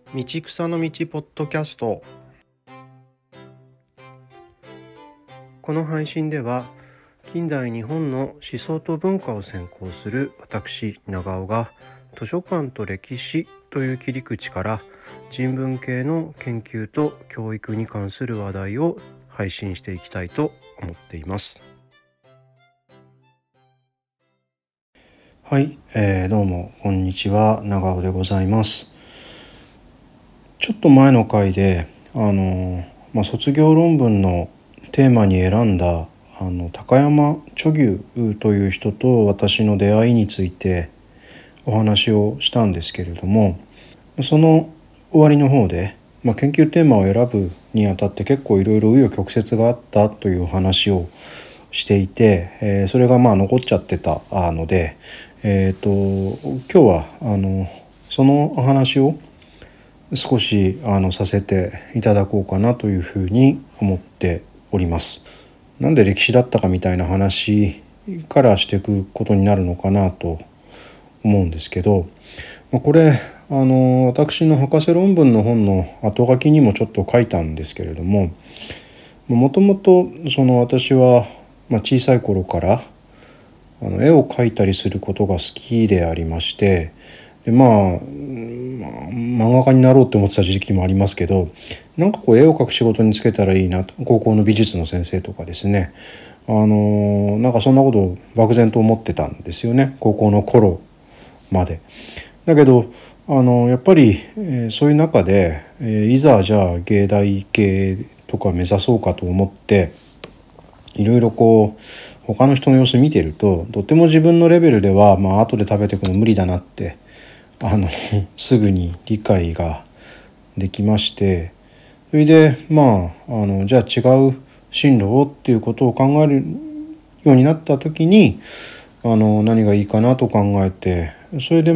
道草の道ポッドキャスト。この配信では近代日本の思想と文化を専攻する私長尾が図書館と歴史という切り口から人文系の研究と教育に関する話題を配信していきたいと思っています。はい、どうもこんにちは、長尾でございます。ちょっと前の回で卒業論文のテーマに選んだ高山著牛という人と私の出会いについてお話をしたんですけれども、その終わりの方で、研究テーマを選ぶにあたって結構いろいろ紆余曲折があったという話をしていて、それが残っちゃってたので、今日はそのお話を少しさせていただこうかなというふうに思っております。なんで歴史だったかみたいな話からしていくことになるのかなと思うんですけど、これ私の博士論文の本の後書きにもちょっと書いたんですけれども、もともと私は小さい頃から絵を描いたりすることが好きでありまして、で漫画家になろうって思ってた時期もありますけど、絵を描く仕事に就けたらいいなと、高校の美術の先生とかですね、そんなことを漠然と思ってたんですよね、高校の頃まで。だけどやっぱり、そういう中で、いざじゃあ芸大系とか目指そうかと思っていろいろ他の人の様子見てると、とても自分のレベルでは後で食べていくの無理だなってすぐに理解ができまして、それでじゃあ違う進路をっていうことを考えるようになった時に何がいいかなと考えて、それで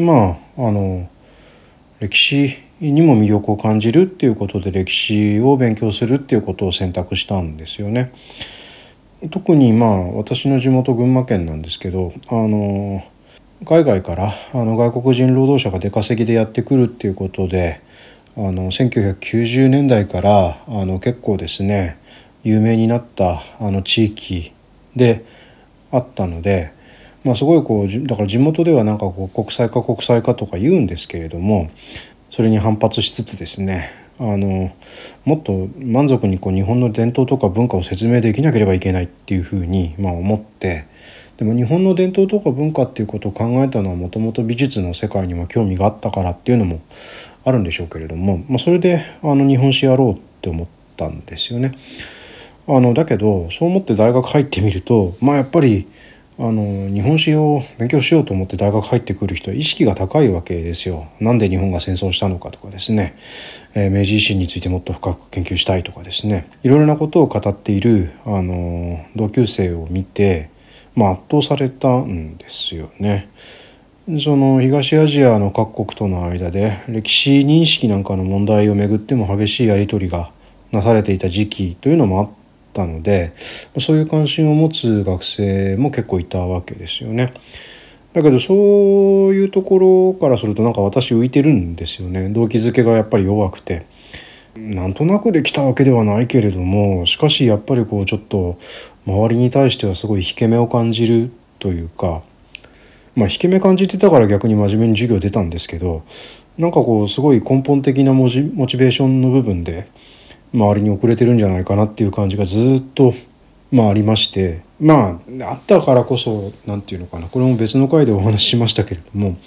歴史にも魅力を感じるっていうことで歴史を勉強するっていうことを選択したんですよね。特に私の地元群馬県なんですけど、海外から外国人労働者が出稼ぎでやってくるっていうことで1990年代から結構ですね有名になった地域であったので、すごいだから地元では国際化とか言うんですけれども、それに反発しつつですね、もっと満足に日本の伝統とか文化を説明できなければいけないっていうふうに思って、でも日本の伝統とか文化っていうことを考えたのはもともと美術の世界にも興味があったからっていうのもあるんでしょうけれども、それで日本史やろうって思ったんですよね。だけどそう思って大学入ってみると、やっぱり日本史を勉強しようと思って大学入ってくる人は意識が高いわけですよ。なんで日本が戦争したのかとかですね、明治維新についてもっと深く研究したいとかですね、いろいろなことを語っている同級生を見て、圧倒されたんですよね。その東アジアの各国との間で歴史認識なんかの問題をめぐっても激しいやり取りがなされていた時期というのもあったので、そういう関心を持つ学生も結構いたわけですよね。だけどそういうところからすると私浮いてるんですよね。動機づけがやっぱり弱くて、なんとなくできたわけではないけれども、しかしやっぱりちょっと周りに対してはすごい引け目を感じるというか、引け目感じてたから逆に真面目に授業出たんですけど、すごい根本的なモチベーションの部分で周りに遅れてるんじゃないかなっていう感じがずっとありまして、あったからこそなんていうのかな、これも別の回でお話ししましたけれども、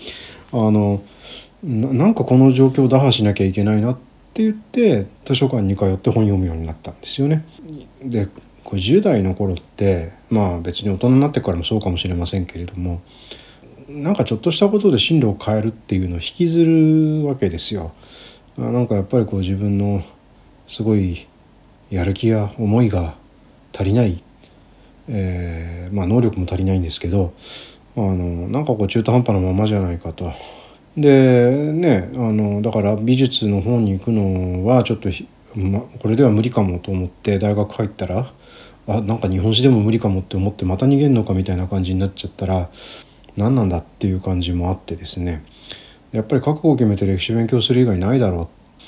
この状況を打破しなきゃいけないなって言って図書館に通って本読むようになったんですよね。でこれ10代の頃って別に大人になってからもそうかもしれませんけれども、ちょっとしたことで進路を変えるっていうのを引きずるわけですよ。やっぱり自分のすごいやる気や思いが足りない、能力も足りないんですけど、中途半端なままじゃないかと。でね、だから美術の方に行くのはちょっとこれでは無理かもと思って大学入ったら、日本史でも無理かもって思ってまた逃げんのかみたいな感じになっちゃったら、何なんだっていう感じもあってですね、やっぱり覚悟を決めて歴史勉強する以外ないだろ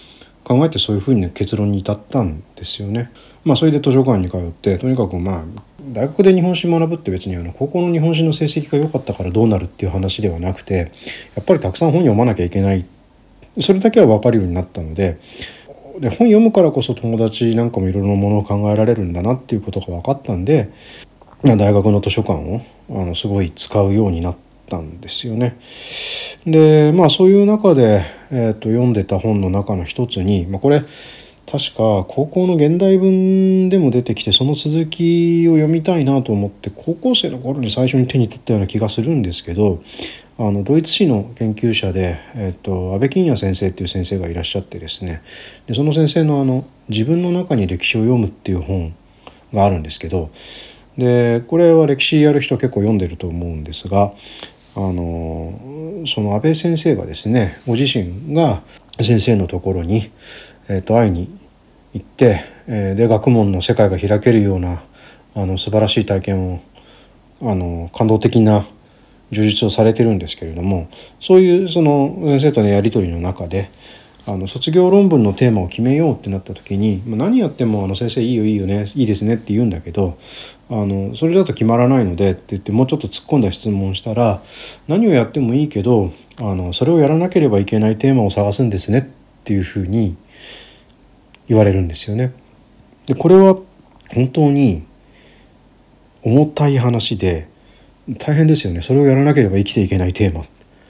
考えてそういうふうに結論に至ったんですよね。それで図書館に通ってとにかく大学で日本史学ぶって別に高校の日本史の成績が良かったからどうなるっていう話ではなくて、やっぱりたくさん本読まなきゃいけない、それだけは分かるようになったので、本読むからこそ友達なんかもいろいろなものを考えられるんだなっていうことが分かったんで、大学の図書館をすごい使うようになったんですよね。でそういう中で、読んでた本の中の一つに、これ確か高校の現代文でも出てきて、その続きを読みたいなと思って高校生の頃に最初に手に取ったような気がするんですけど、ドイツ史の研究者で、安倍金也先生っていう先生がいらっしゃってですね、でその先生の自分の中に歴史を読むっていう本があるんですけど、でこれは歴史やる人結構読んでると思うんですが、その安倍先生がですね、ご自身が先生のところに、会いに行って、で学問の世界が開けるような素晴らしい体験を感動的な叙述をされてるんですけれども、そういうその先生とのやり取りの中で卒業論文のテーマを決めようってなった時に、何やっても先生いいよいいよねいいですねって言うんだけど、それだと決まらないのでって言って、もうちょっと突っ込んだ質問をしたら、何をやってもいいけどそれをやらなければいけないテーマを探すんですねっていうふうに言われるんですよね。でこれは本当に重たい話で大変ですよね。それをやらなければ生きていけないテーマ、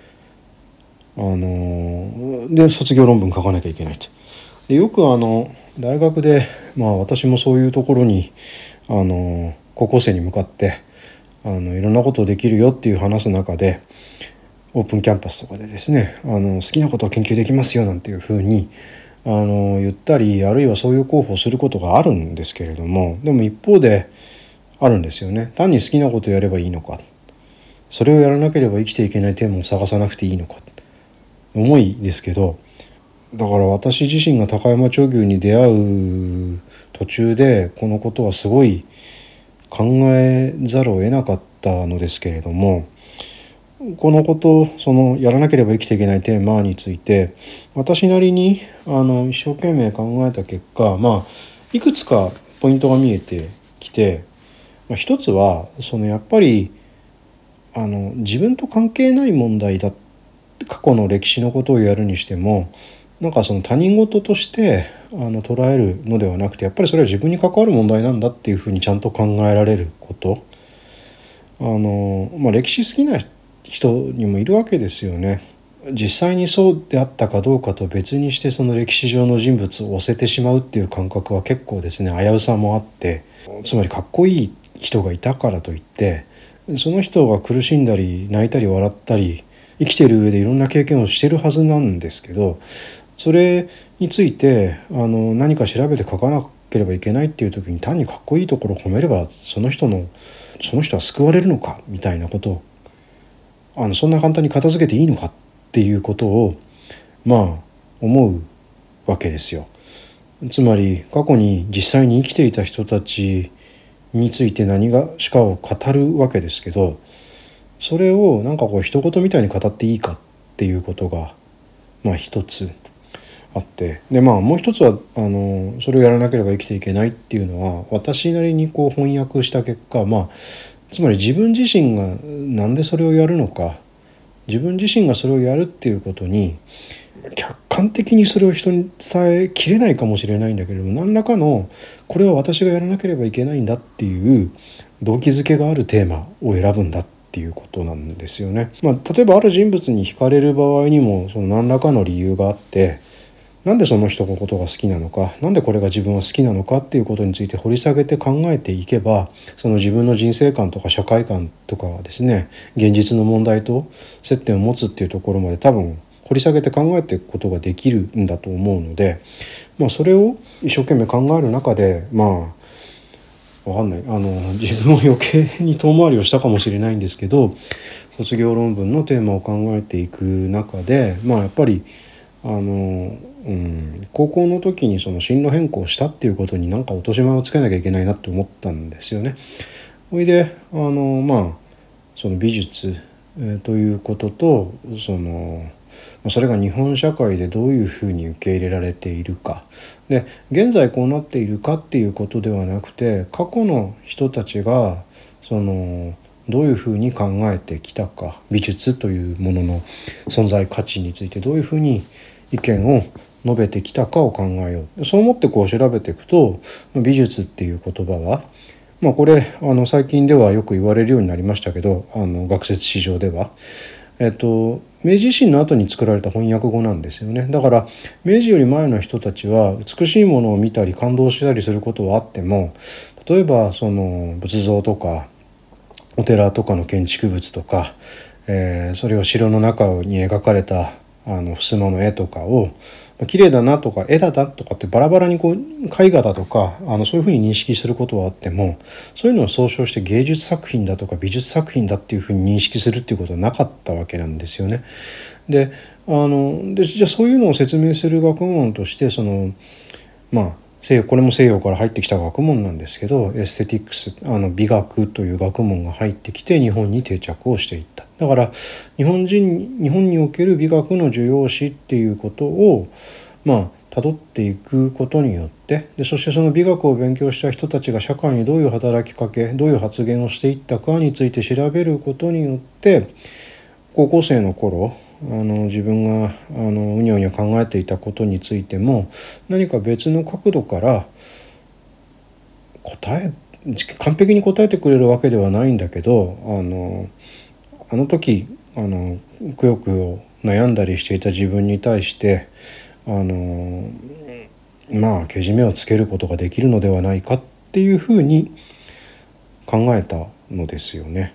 で卒業論文書かなきゃいけないと。でよく大学で、私もそういうところに高校生に向かっていろんなことできるよっていう話す中で、オープンキャンパスとかでですね、好きなことを研究できますよなんていうふうに言ったり、あるいはそういう候補をすることがあるんですけれども、でも一方であるんですよね。単に好きなことをやればいいのか、それをやらなければ生きていけないテーマを探さなくていいのか、重いですけど、だから私自身が高山潮牛に出会う途中でこのことはすごい考えざるを得なかったのですけれども、このことそのやらなければ生きていけないテーマについて私なりに一生懸命考えた結果、いくつかポイントが見えてきて、一つはやっぱり自分と関係ない問題だ、過去の歴史のことをやるにしても他人事として捉えるのではなくて、やっぱりそれは自分に関わる問題なんだっていうふうにちゃんと考えられること。歴史好きな人にもいるわけですよね。実際にそうであったかどうかと別にして、その歴史上の人物を押せてしまうっていう感覚は結構ですね、危うさもあって、つまりかっこいい人がいたからといってその人が苦しんだり泣いたり笑ったり生きている上でいろんな経験をしてるはずなんですけど、それについて何か調べて書かなければいけないっていう時に単にかっこいいところを褒めればその人は救われるのかみたいなことをそんな簡単に片付けていいのかっていうことを思うわけですよ。つまり過去に実際に生きていた人たちについて何がしかを語るわけですけど、それを一言みたいに語っていいかっていうことが一つあって、でもう一つはそれをやらなければ生きていけないっていうのは私なりに翻訳した結果、つまり自分自身がなんでそれをやるのか、自分自身がそれをやるっていうことに客観的にそれを人に伝えきれないかもしれないんだけれども、何らかのこれは私がやらなければいけないんだっていう動機づけがあるテーマを選ぶんだっていうことなんですよね。例えばある人物に惹かれる場合にも何らかの理由があって、なんでその人のことが好きなのか、なんでこれが自分は好きなのかっていうことについて掘り下げて考えていけば、その自分の人生観とか社会観とかですね、現実の問題と接点を持つっていうところまで多分掘り下げて考えていくことができるんだと思うので、それを一生懸命考える中でわかんない自分は余計に遠回りをしたかもしれないんですけど、卒業論文のテーマを考えていく中でやっぱり高校の時に進路変更したっていうことに落とし前をつけなきゃいけないなって思ったんですよね。それでその美術ということとそれが日本社会でどういうふうに受け入れられているかで現在こうなっているかっていうことではなくて過去の人たちがどういうふうに考えてきたか美術というものの存在価値についてどういうふうに意見を述べてきたかを考えよう。そう思ってこう調べていくと美術っていう言葉はこれ最近ではよく言われるようになりましたけど学説史上では、明治維新の後に作られた翻訳語なんですよね。だから明治より前の人たちは美しいものを見たり感動したりすることはあっても例えば仏像とかお寺とかの建築物とか、それを城の中に描かれた襖の絵とかを綺麗だなとか絵だなとかってバラバラに絵画だとかそういうふうに認識することはあってもそういうのを総称して芸術作品だとか美術作品だっていうふうに認識するっていうことはなかったわけなんですよね。でじゃあそういうのを説明する学問としてこれも西洋から入ってきた学問なんですけどエステティックス美学という学問が入ってきて日本に定着をしていった。だから日本における美学の重要視っていうことを辿っていくことによってそしてその美学を勉強した人たちが社会にどういう働きかけどういう発言をしていったかについて調べることによって高校生の頃自分がうにょうにょ考えていたことについても何か別の角度から完璧に答えてくれるわけではないんだけどあの時くよくよ悩んだりしていた自分に対してけじめをつけることができるのではないかっていうふうに考えたのですよね。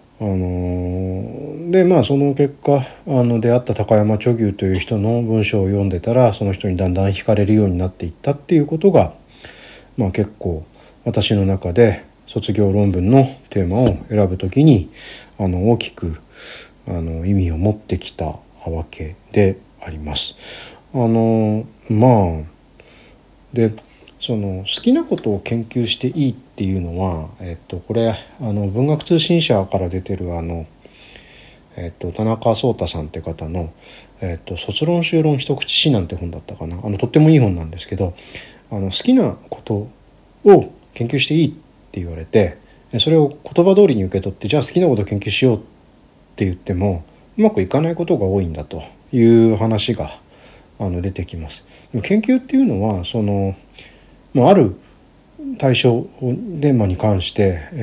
でその結果出会った高山著牛という人の文章を読んでたらその人にだんだん惹かれるようになっていったっていうことが、結構私の中で卒業論文のテーマを選ぶときに大きく意味を持ってきたわけであります。で好きなことを研究していいっていうのは、これ文学通信社から出てる田中壮太さんって方の卒論修論一口詩なんて本だったかなとってもいい本なんですけど好きなことを研究していいって言われてそれを言葉通りに受け取ってじゃあ好きなことを研究しようって言ってもうまくいかないことが多いんだという話が出てきます。研究っていうのはある対象テーマに関して、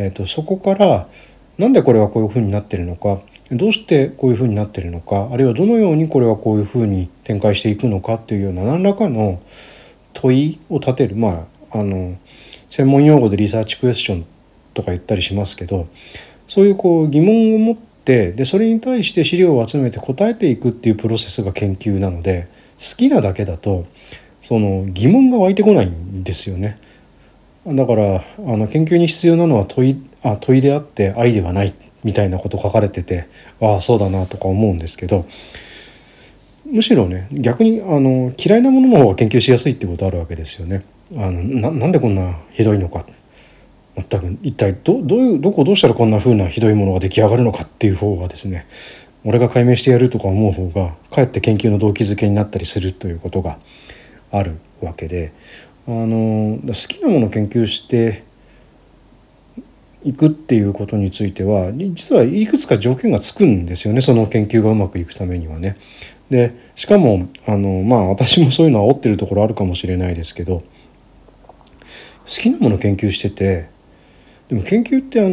そこからなんでこれはこういうふうになってるのかどうしてこういうふうになってるのかあるいはどのようにこれはこういうふうに展開していくのかというような何らかの問いを立てる専門用語でリサーチクエスチョンとか言ったりしますけどそういう疑問を持ってそれに対して資料を集めて答えていくっていうプロセスが研究なので好きなだけだと疑問が湧いてこないんですよね。だから研究に必要なのは問いであって愛ではないみたいなこと書かれててそうだなとか思うんですけどむしろね逆に嫌いなものの方が研究しやすいってことあるわけですよね。なんでこんなひどいのか全く一体どうしたらこんな風なひどいものが出来上がるのかっていう方がですね俺が解明してやるとか思う方がかえって研究の動機づけになったりするということがあるわけで好きなものを研究していくっていうことについては実はいくつか条件がつくんですよねその研究がうまくいくためにはね。でしかも私もそういうのは煽ってるところあるかもしれないですけど好きなものを研究しててでも研究って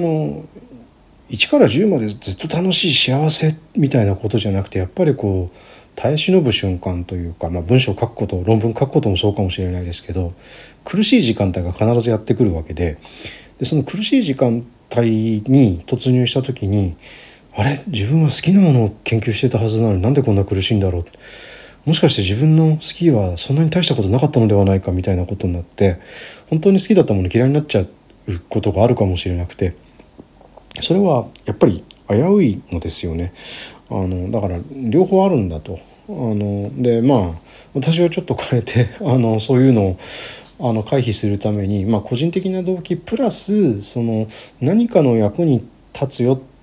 1から10までずっと楽しい幸せみたいなことじゃなくてやっぱり耐え忍ぶ瞬間というか、文章を書くこと論文書くこともそうかもしれないですけど苦しい時間帯が必ずやってくるわけでその苦しい時間帯に突入した時に自分は好きなものを研究してたはずなのになんでこんな苦しいんだろうもしかして自分の好きはそんなに大したことなかったのではないかみたいなことになって本当に好きだったもの嫌いになっちゃうことがあるかもしれなくてそれはやっぱり危ういのですよね。だから両方あるんだとで私はちょっと変えてそういうのを回避するために個人的な動機プラス何かの役に立つよっ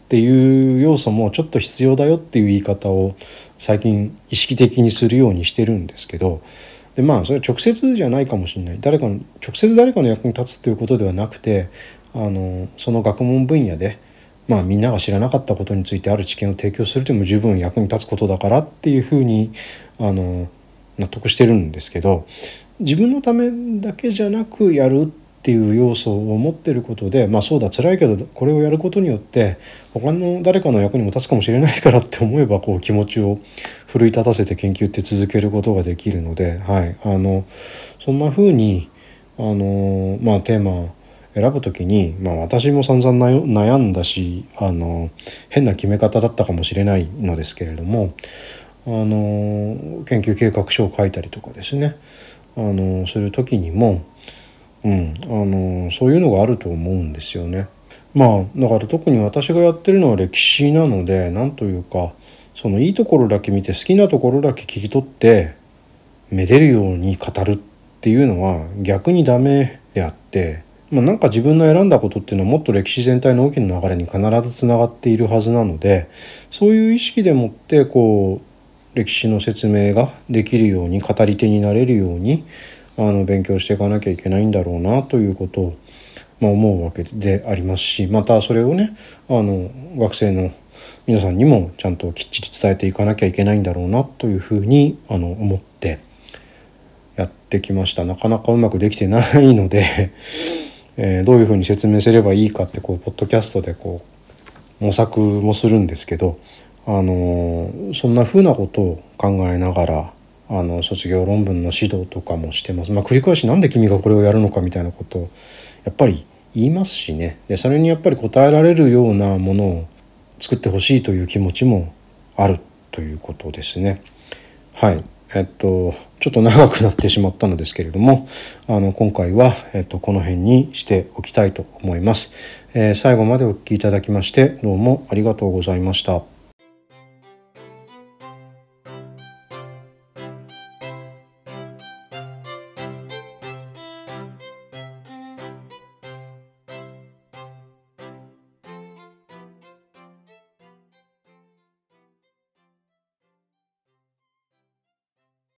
っていう要素もちょっと必要だよっていう言い方を最近意識的にするようにしてるんですけど、でそれは直接じゃないかもしれない、直接誰かの役に立つということではなくて、その学問分野で、みんなが知らなかったことについてある知見を提供するというのも十分役に立つことだからっていうふうに納得してるんですけど、自分のためだけじゃなくやるっていう要素を持ってることで、そうだ辛いけどこれをやることによって他の誰かの役にも立つかもしれないからって思えば気持ちを奮い立たせて研究って続けることができるので、そんな風にテーマを選ぶときに、私も散々悩んだし変な決め方だったかもしれないのですけれども、研究計画書を書いたりとかですねする時にも、そういうのがあると思うんですよね。だから特に私がやってるのは歴史なので、なんというかそのいいところだけ見て好きなところだけ切り取ってめでるように語るっていうのは逆にダメであって、なんか自分の選んだことっていうのはもっと歴史全体の大きな流れに必ずつながっているはずなので、そういう意識でもって歴史の説明ができるように、語り手になれるように勉強していかなきゃいけないんだろうなということを、思うわけでありますし、またそれをね学生の皆さんにもちゃんときっちり伝えていかなきゃいけないんだろうなというふうに思ってやってきました。なかなかうまくできてないのでどういうふうに説明すればいいかってポッドキャストで模索もするんですけど、そんなふうなことを考えながら卒業論文の指導とかもしてます。繰り返しなんで君がこれをやるのかみたいなことをやっぱり言いますしね。でそれにやっぱり答えられるようなものを作ってほしいという気持ちもあるということですね。ちょっと長くなってしまったのですけれども今回は、この辺にしておきたいと思います。最後までお聞きいただきましてどうもありがとうございました。